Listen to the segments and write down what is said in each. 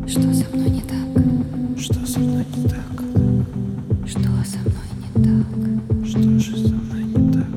Что со мной не так? Что со мной не так? Что со мной не так? Что же со мной не так?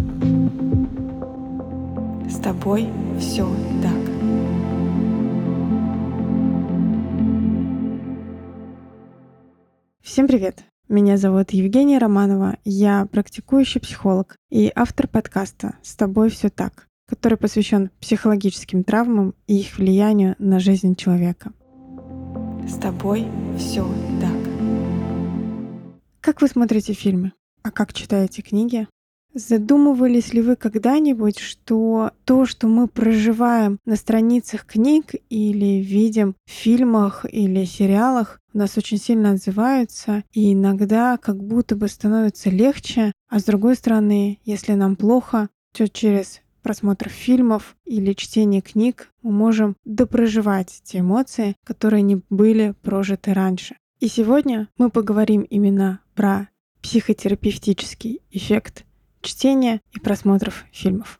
С тобой все так. Всем привет! Меня зовут Евгения Романова, я практикующий психолог и автор подкаста «С тобой все так», который посвящен психологическим травмам и их влиянию на жизнь человека. С тобой все так. Как вы смотрите фильмы? А как читаете книги? Задумывались ли вы когда-нибудь, что то, что мы проживаем на страницах книг или видим в фильмах или сериалах, у нас очень сильно отзываются, и иногда как будто бы становится легче, а с другой стороны, если нам плохо, то через просмотр фильмов или чтение книг мы можем допроживать те эмоции, которые не были прожиты раньше. И сегодня мы поговорим именно про психотерапевтический эффект чтения и просмотров фильмов.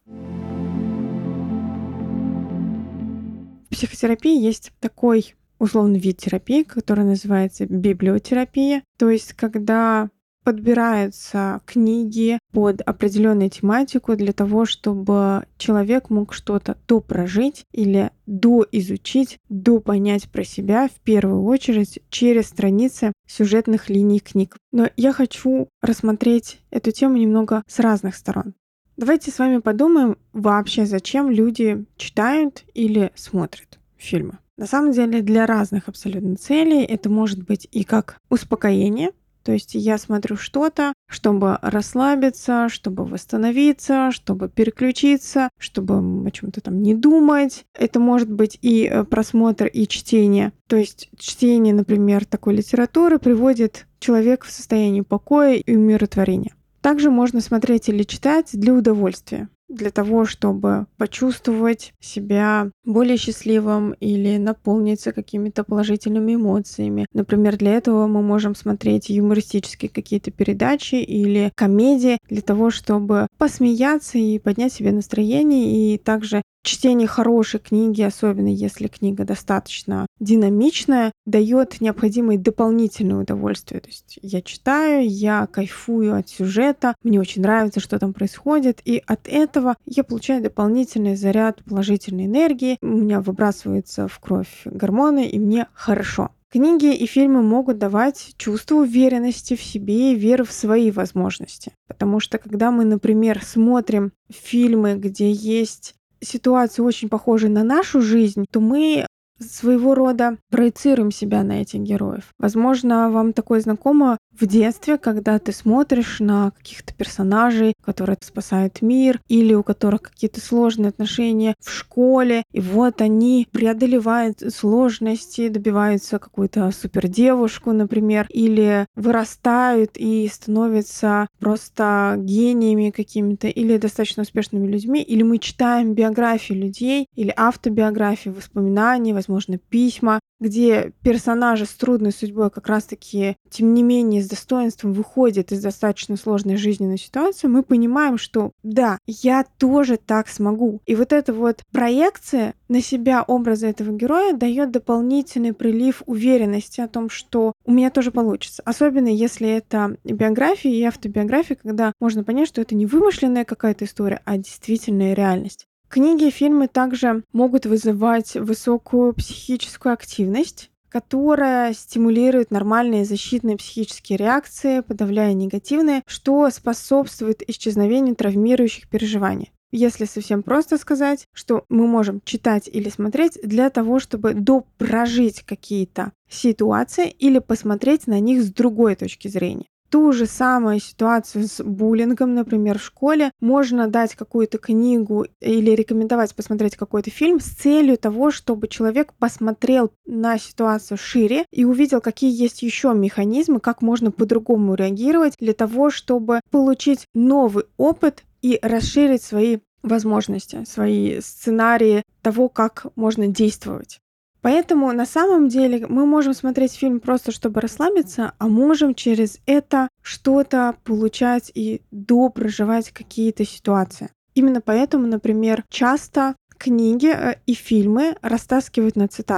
В психотерапии есть такой условный вид терапии, который называется библиотерапия, то есть когда подбираются книги под определенную тематику для того, чтобы человек мог что-то допрожить или доизучить, допонять про себя в первую очередь через страницы сюжетных линий книг. Но я хочу рассмотреть эту тему немного с разных сторон. Давайте с вами подумаем вообще, зачем люди читают или смотрят фильмы. На самом деле для разных абсолютно целей это может быть и как успокоение, то есть я смотрю что-то, чтобы расслабиться, чтобы восстановиться, чтобы переключиться, чтобы о чем-то там не думать. Это может быть и просмотр, и чтение. То есть чтение, например, такой литературы приводит человека в состояние покоя и умиротворения. Также можно смотреть или читать для удовольствия, для того, чтобы почувствовать себя более счастливым или наполниться какими-то положительными эмоциями. Например, для этого мы можем смотреть юмористические какие-то передачи или комедии для того, чтобы посмеяться и поднять себе настроение. И также чтение хорошей книги, особенно если книга достаточно динамичная, дает необходимое дополнительное удовольствие. То есть я читаю, я кайфую от сюжета, мне очень нравится, что там происходит, и от этого я получаю дополнительный заряд положительной энергии, у меня выбрасываются в кровь гормоны, и мне хорошо. Книги и фильмы могут давать чувство уверенности в себе и веры в свои возможности. Потому что когда мы, например, смотрим фильмы, где есть ситуации очень похожие на нашу жизнь, то мы своего рода проецируем себя на этих героев. Возможно, вам такое знакомо в детстве, когда ты смотришь на каких-то персонажей, которые спасают мир, или у которых какие-то сложные отношения в школе, и вот они преодолевают сложности, добиваются какую-то супердевушку, например, или вырастают и становятся просто гениями какими-то, или достаточно успешными людьми, или мы читаем биографии людей, или автобиографии, воспоминания, возможно, письма, где персонажи с трудной судьбой как раз-таки, тем не менее, с достоинством выходят из достаточно сложной жизненной ситуации, мы понимаем, что да, я тоже так смогу. И вот эта вот проекция на себя образа этого героя дает дополнительный прилив уверенности о том, что у меня тоже получится. Особенно если это биография и автобиография, когда можно понять, что это не вымышленная какая-то история, а действительная реальность. Книги и фильмы также могут вызывать высокую психическую активность, которая стимулирует нормальные защитные психические реакции, подавляя негативные, что способствует исчезновению травмирующих переживаний. Если совсем просто сказать, что мы можем читать или смотреть для того, чтобы допрожить какие-то ситуации или посмотреть на них с другой точки зрения. Ту же самую ситуацию с буллингом, например, в школе, можно дать какую-то книгу или рекомендовать посмотреть какой-то фильм с целью того, чтобы человек посмотрел на ситуацию шире и увидел, какие есть еще механизмы, как можно по-другому реагировать для того, чтобы получить новый опыт и расширить свои возможности, свои сценарии того, как можно действовать. Поэтому на самом деле мы можем смотреть фильм просто чтобы расслабиться, а можем через это что-то получать и допроживать какие-то ситуации. Именно поэтому, например, часто книги и фильмы растаскивают на цитаты.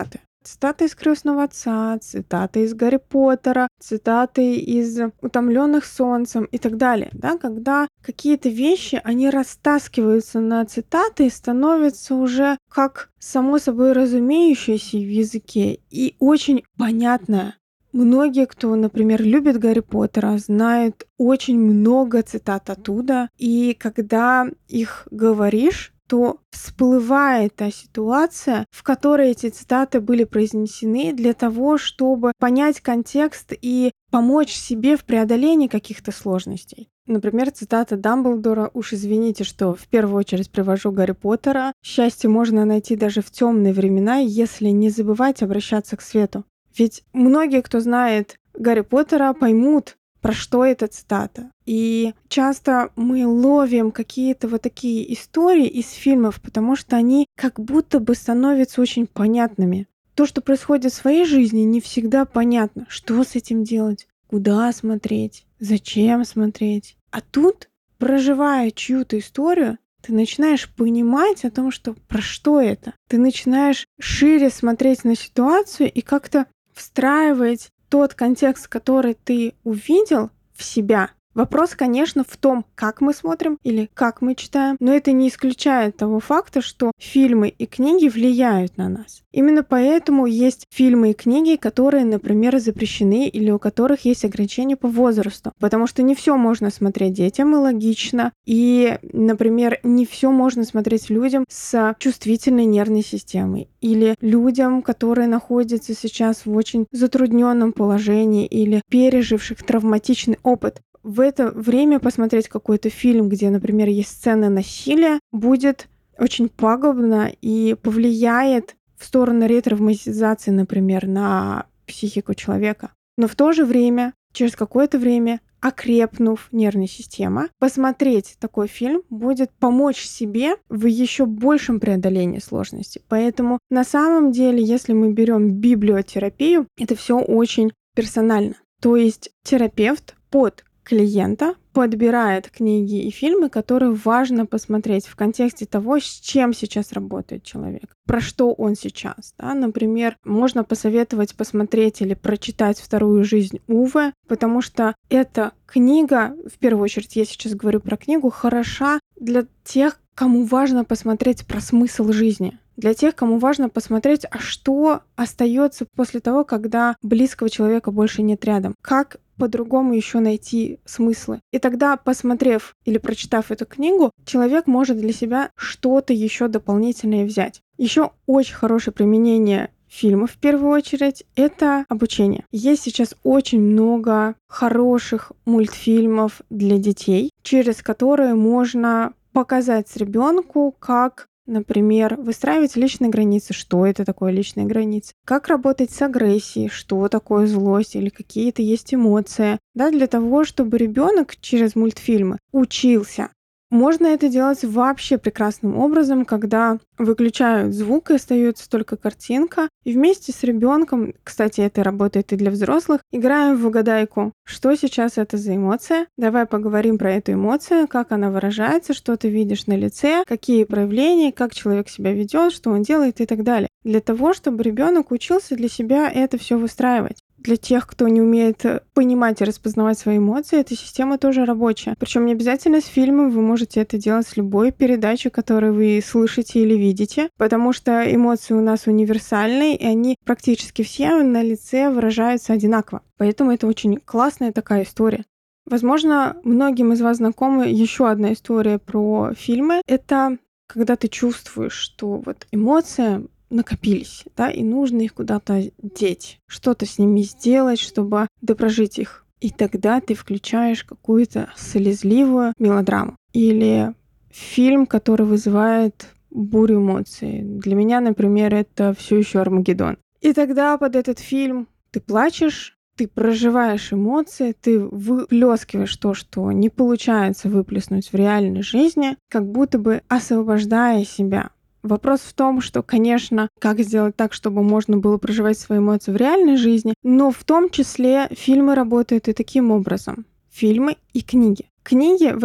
Цитаты из «Крестного отца», цитаты из «Гарри Поттера», цитаты из «Утомленных солнцем» и так далее. Да? Когда какие-то вещи, они растаскиваются на цитаты и становятся уже как само собой разумеющееся в языке и очень понятное. Многие, кто, например, любит Гарри Поттера, знают очень много цитат оттуда, и когда их говоришь, то всплывает та ситуация, в которой эти цитаты были произнесены для того, чтобы понять контекст и помочь себе в преодолении каких-то сложностей. Например, цитата Дамблдора: «Уж извините, что в первую очередь привожу Гарри Поттера. Счастье можно найти даже в темные времена, если не забывать обращаться к свету». Ведь многие, кто знает Гарри Поттера, поймут, про что эта цитата. И часто мы ловим какие-то вот такие истории из фильмов, потому что они как будто бы становятся очень понятными. То, что происходит в своей жизни, не всегда понятно. Что с этим делать? Куда смотреть? Зачем смотреть? А тут, проживая чью-то историю, ты начинаешь понимать о том, что про что это. Ты начинаешь шире смотреть на ситуацию и как-то встраивать тот контекст, который ты увидел, в себя. Вопрос, конечно, в том, как мы смотрим или как мы читаем, но это не исключает того факта, что фильмы и книги влияют на нас. Именно поэтому есть фильмы и книги, которые, например, запрещены или у которых есть ограничения по возрасту, потому что не все можно смотреть детям и логично, и, например, не все можно смотреть людям с чувствительной нервной системой или людям, которые находятся сейчас в очень затрудненном положении или переживших травматичный опыт. В это время посмотреть какой-то фильм, где, например, есть сцены насилия, будет очень пагубно и повлияет в сторону ретравматизации, например, на психику человека. Но в то же время, через какое-то время, окрепнув нервная система, посмотреть такой фильм будет помочь себе в еще большем преодолении сложностей. Поэтому на самом деле, если мы берем библиотерапию, это все очень персонально. То есть терапевт под клиента подбирает книги и фильмы, которые важно посмотреть в контексте того, с чем сейчас работает человек, про что он сейчас. Да? Например, можно посоветовать посмотреть или прочитать «Вторую жизнь Уве», потому что эта книга, в первую очередь я сейчас говорю про книгу, хороша для тех, кому важно посмотреть про смысл жизни. Для тех, кому важно посмотреть, а что остается после того, когда близкого человека больше нет рядом. Как по-другому еще найти смыслы. И тогда, посмотрев или прочитав эту книгу, человек может для себя что-то еще дополнительное взять. Еще очень хорошее применение фильмов, в первую очередь, это обучение. Есть сейчас очень много хороших мультфильмов для детей, через которые можно показать ребенку, как, например, выстраивать личные границы, что это такое личные границы, как работать с агрессией, что такое злость или какие-то есть эмоции, да, для того, чтобы ребенок через мультфильмы учился. Можно это делать вообще прекрасным образом, когда выключают звук и остается только картинка. И вместе с ребенком, кстати, это работает и для взрослых, играем в угадайку. Что сейчас это за эмоция? Давай поговорим про эту эмоцию, как она выражается, что ты видишь на лице, какие проявления, как человек себя ведет, что он делает и так далее. Для того, чтобы ребенок учился для себя это все выстраивать. Для тех, кто не умеет понимать и распознавать свои эмоции, эта система тоже рабочая. Причем не обязательно с фильмом, вы можете это делать с любой передачей, которую вы слышите или видите, потому что эмоции у нас универсальные, и они практически все на лице выражаются одинаково. Поэтому это очень классная такая история. Возможно, многим из вас знакома еще одна история про фильмы. Это когда ты чувствуешь, что вот эмоция накопились, да, и нужно их куда-то деть, что-то с ними сделать, чтобы допрожить их. И тогда ты включаешь какую-то слезливую мелодраму или фильм, который вызывает бурю эмоций. Для меня, например, это все еще «Армагеддон». И тогда под этот фильм ты плачешь, ты проживаешь эмоции, ты выплескиваешь то, что не получается выплеснуть в реальной жизни, как будто бы освобождая себя. Вопрос в том, что, конечно, как сделать так, чтобы можно было проживать свои эмоции в реальной жизни, но в том числе фильмы работают и таким образом. Фильмы и книги. Книги в этом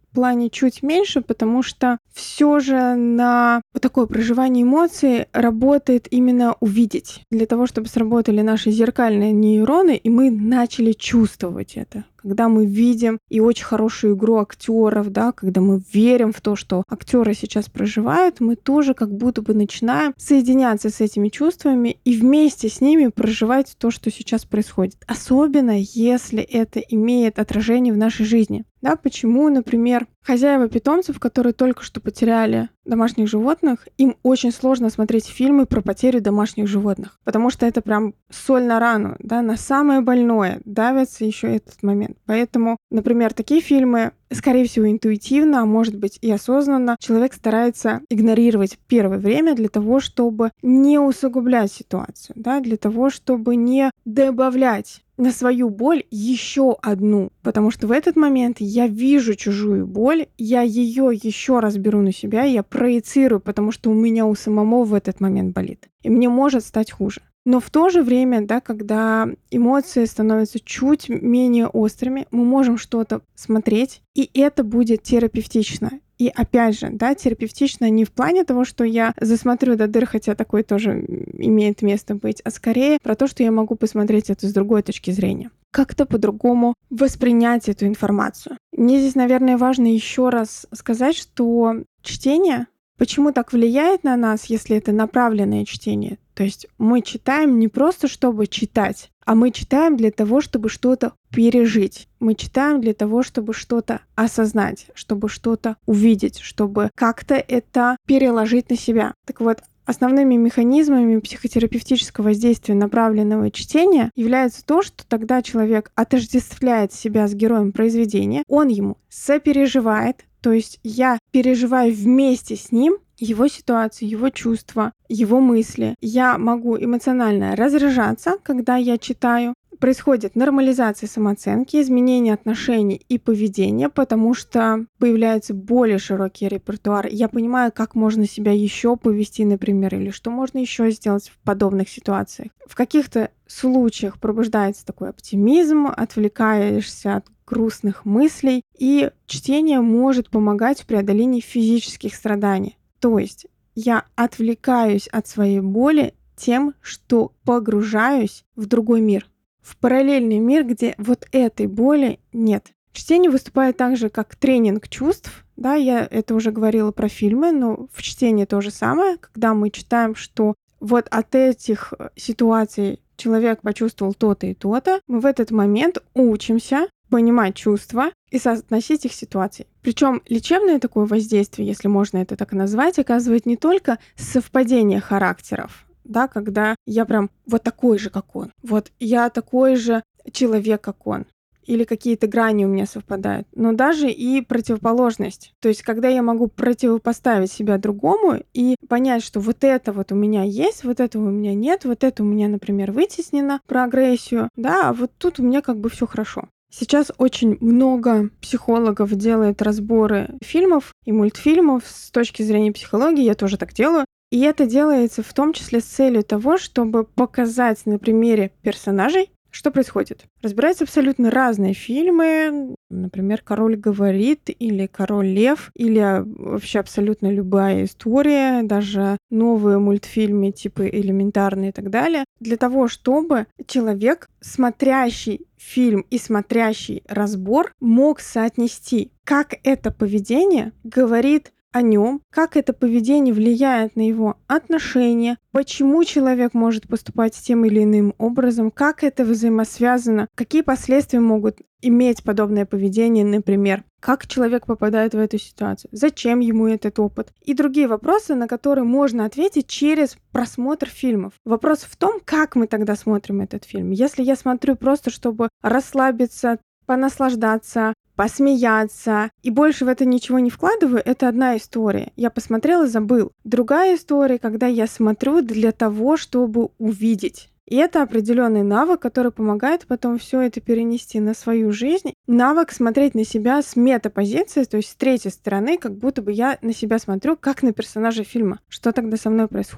плане чуть меньше, потому что все же на вот такое проживание эмоций работает именно увидеть. Для того, чтобы сработали наши зеркальные нейроны, и мы начали чувствовать это. Когда мы видим и очень хорошую игру актеров, да, когда мы верим в то, что актеры сейчас проживают, мы тоже как будто бы начинаем соединяться с этими чувствами и вместе с ними проживать то, что сейчас происходит. Особенно если это имеет отражение в нашей жизни. Да, почему, например, хозяева питомцев, которые только что потеряли домашних животных, им очень сложно смотреть фильмы про потерю домашних животных, потому что это прям соль на рану, да, на самое больное давится еще этот момент. Поэтому, например, такие фильмы, скорее всего, интуитивно, а может быть и осознанно, человек старается игнорировать первое время для того, чтобы не усугублять ситуацию, да, для того, чтобы не добавлять на свою боль еще одну, потому что в этот момент я вижу чужую боль, я ее еще раз беру на себя, я проецирую, потому что у меня у самого в этот момент болит, и мне может стать хуже. Но в то же время, да, когда эмоции становятся чуть менее острыми, мы можем что-то смотреть, и это будет терапевтично. И опять же, да, терапевтично не в плане того, что я засмотрю до дыр, хотя такое тоже имеет место быть, а скорее про то, что я могу посмотреть это с другой точки зрения. Как-то по-другому воспринять эту информацию. Мне здесь, наверное, важно еще раз сказать, что чтение, почему так влияет на нас, если это направленное чтение? То есть мы читаем не просто чтобы читать, а мы читаем для того, чтобы что-то пережить. Мы читаем для того, чтобы что-то осознать, чтобы что-то увидеть, чтобы как-то это переложить на себя. Так вот, основными механизмами психотерапевтического воздействия направленного чтения является то, что тогда человек отождествляет себя с героем произведения, он ему сопереживает, то есть я переживаю вместе с ним его ситуацию, его чувства, его мысли. Я могу эмоционально разряжаться, когда я читаю. Происходит нормализация самооценки, изменение отношений и поведения, потому что появляется более широкий репертуар. Я понимаю, как можно себя еще повести, например, или что можно еще сделать в подобных ситуациях. В каких-то случаях пробуждается такой оптимизм, отвлекаешься от грустных мыслей, и чтение может помогать в преодолении физических страданий. То есть я отвлекаюсь от своей боли тем, что погружаюсь в другой мир, в параллельный мир, где вот этой боли нет. Чтение выступает также как тренинг чувств. Да, я это уже говорила про фильмы, но в чтении то же самое, когда мы читаем, что вот от этих ситуаций человек почувствовал то-то и то-то, мы в этот момент учимся понимать чувства и соотносить их с ситуацией. Причем лечебное такое воздействие, если можно это так назвать, оказывает не только совпадение характеров, да, когда я прям вот такой же, как он, вот я такой же человек, как он, или какие-то грани у меня совпадают, но даже и противоположность. То есть, когда я могу противопоставить себя другому и понять, что вот это вот у меня есть, вот этого у меня нет, вот это у меня, например, вытеснено про агрессию, да, а вот тут у меня как бы все хорошо. Сейчас очень много психологов делает разборы фильмов и мультфильмов с точки зрения психологии, я тоже так делаю. И это делается в том числе с целью того, чтобы показать на примере персонажей, что происходит. Разбираются абсолютно разные фильмы, например, «Король говорит» или «Король лев», или вообще абсолютно любая история, даже новые мультфильмы типа «Элементарные» и так далее, для того, чтобы человек, смотрящий фильм и смотрящий разбор, мог соотнести, как это поведение говорит о нем, как это поведение влияет на его отношения, почему человек может поступать тем или иным образом, как это взаимосвязано, какие последствия могут иметь подобное поведение, например, как человек попадает в эту ситуацию, зачем ему этот опыт и другие вопросы, на которые можно ответить через просмотр фильмов. Вопрос в том, как мы тогда смотрим этот фильм. Если я смотрю просто, чтобы расслабиться, понаслаждаться, посмеяться, и больше в это ничего не вкладываю, это одна история. Я посмотрел и забыл. Другая история, когда я смотрю для того, чтобы увидеть. И это определенный навык, который помогает потом все это перенести на свою жизнь. Навык смотреть на себя с метапозиции, то есть с третьей стороны, как будто бы я на себя смотрю, как на персонажа фильма. Что тогда со мной происходит?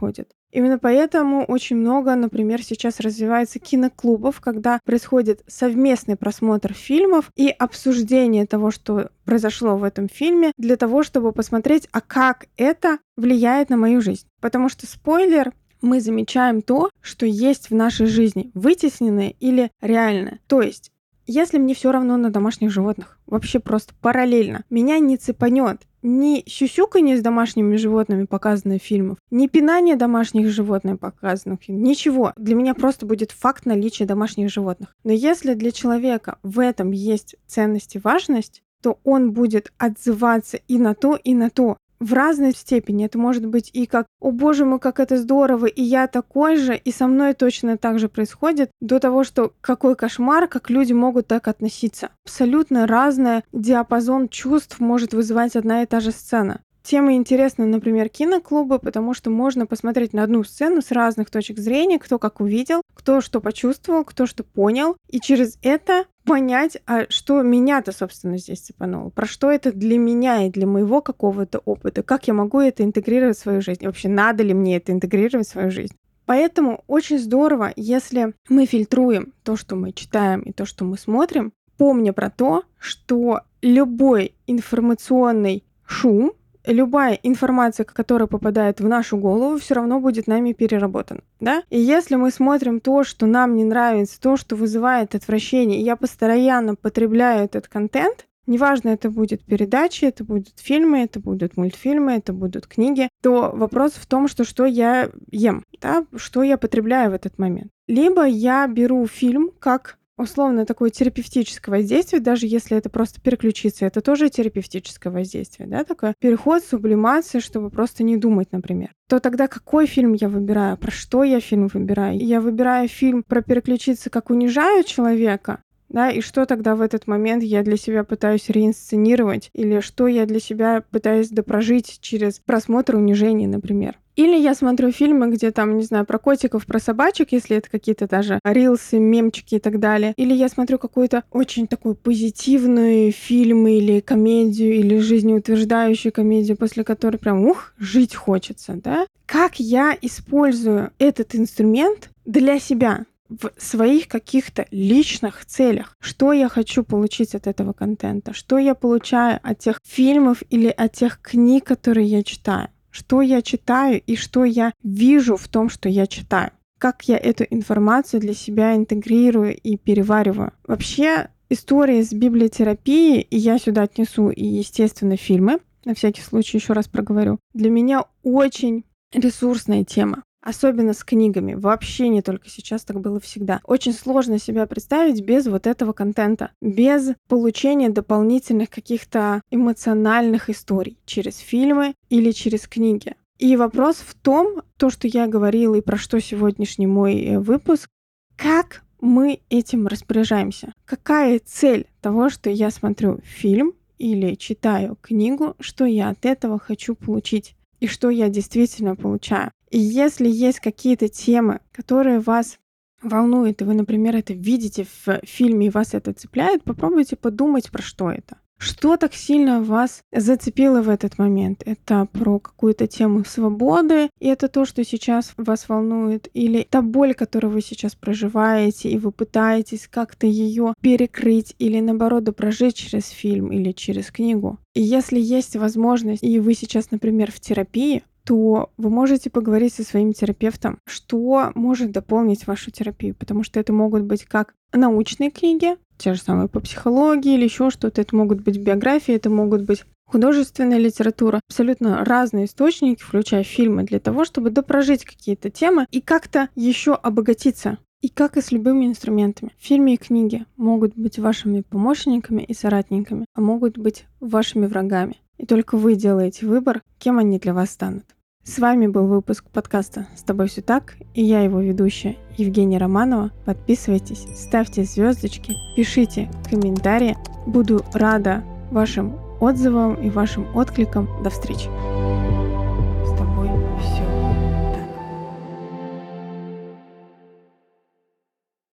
Именно поэтому очень много, например, сейчас развивается киноклубов, когда происходит совместный просмотр фильмов и обсуждение того, что произошло в этом фильме, для того, чтобы посмотреть, а как это влияет на мою жизнь. Потому что, спойлер, мы замечаем то, что есть в нашей жизни, вытесненное или реальное. То есть, если мне все равно на домашних животных, вообще просто параллельно, меня не цепанет ни сюсюканье с домашними животными, показанное в фильмах, ни пинание домашних животных, показанных в фильмах, ничего. Для меня просто будет факт наличия домашних животных. Но если для человека в этом есть ценность и важность, то он будет отзываться и на то, и на то. В разной степени. Это может быть и как «О боже мой, как это здорово, и я такой же, и со мной точно так же происходит», до того, что какой кошмар, как люди могут так относиться. Абсолютно разный диапазон чувств может вызывать одна и та же сцена. Тема интересна, например, киноклубы, потому что можно посмотреть на одну сцену с разных точек зрения, кто как увидел, кто что почувствовал, кто что понял, и через это понять, а что меня-то, собственно, здесь цепануло, про что это для меня и для моего какого-то опыта, как я могу это интегрировать в свою жизнь, и вообще надо ли мне это интегрировать в свою жизнь. Поэтому очень здорово, если мы фильтруем то, что мы читаем и то, что мы смотрим, помня про то, что любой информационный шум, любая информация, которая попадает в нашу голову, все равно будет нами переработана, да? И если мы смотрим то, что нам не нравится, то, что вызывает отвращение, и я постоянно потребляю этот контент, неважно, это будет передачи, это будут фильмы, это будут мультфильмы, это будут книги, то вопрос в том, что я ем, да? Что я потребляю в этот момент. Либо я беру фильм как условно такое терапевтическое воздействие, даже если это просто переключиться, это тоже терапевтическое воздействие, да, такой переход, сублимация, чтобы просто не думать, например. То тогда какой фильм я выбираю, про что я фильм выбираю? Я выбираю фильм про переключиться, как унижаю человека, да, и что тогда в этот момент я для себя пытаюсь реинсценировать, или что я для себя пытаюсь допрожить через просмотр унижений, например. Или я смотрю фильмы, где там, не знаю, про котиков, про собачек, если это какие-то даже рилсы, мемчики и так далее. Или я смотрю какой-то очень такой позитивный фильм или комедию, или жизнеутверждающую комедию, после которой прям, жить хочется, да? Как я использую этот инструмент для себя в своих каких-то личных целях? Что я хочу получить от этого контента? Что я получаю от тех фильмов или от тех книг, которые я читаю? Что я читаю и что я вижу в том, что я читаю. Как я эту информацию для себя интегрирую и перевариваю. Вообще, история с библиотерапией, и я сюда отнесу и, естественно, фильмы, на всякий случай еще раз проговорю, для меня очень ресурсная тема. Особенно с книгами. Вообще не только сейчас, так было всегда. Очень сложно себя представить без вот этого контента. Без получения дополнительных каких-то эмоциональных историй через фильмы или через книги. И вопрос в том, то, что я говорила и про что сегодняшний мой выпуск, как мы этим распоряжаемся. Какая цель того, что я смотрю фильм или читаю книгу, что я от этого хочу получить и что я действительно получаю. И если есть какие-то темы, которые вас волнуют, и вы, например, это видите в фильме, и вас это цепляет, попробуйте подумать, про что это. Что так сильно вас зацепило в этот момент? Это про какую-то тему свободы, и это то, что сейчас вас волнует, или та боль, которую вы сейчас проживаете, и вы пытаетесь как-то ее перекрыть или, наоборот, прожить через фильм или через книгу. И если есть возможность, и вы сейчас, например, в терапии, то вы можете поговорить со своим терапевтом, что может дополнить вашу терапию, потому что это могут быть как научные книги, те же самые по психологии или еще что-то, это могут быть биографии, это могут быть художественная литература, абсолютно разные источники, включая фильмы, для того, чтобы допрожить какие-то темы и как-то еще обогатиться. И как и с любыми инструментами. Фильмы и книги могут быть вашими помощниками и соратниками, а могут быть вашими врагами. И только вы делаете выбор, кем они для вас станут. С вами был выпуск подкаста «С тобой все так», и я его ведущая Евгения Романова. Подписывайтесь, ставьте звездочки, пишите комментарии. Буду рада вашим отзывам и вашим откликам. До встречи!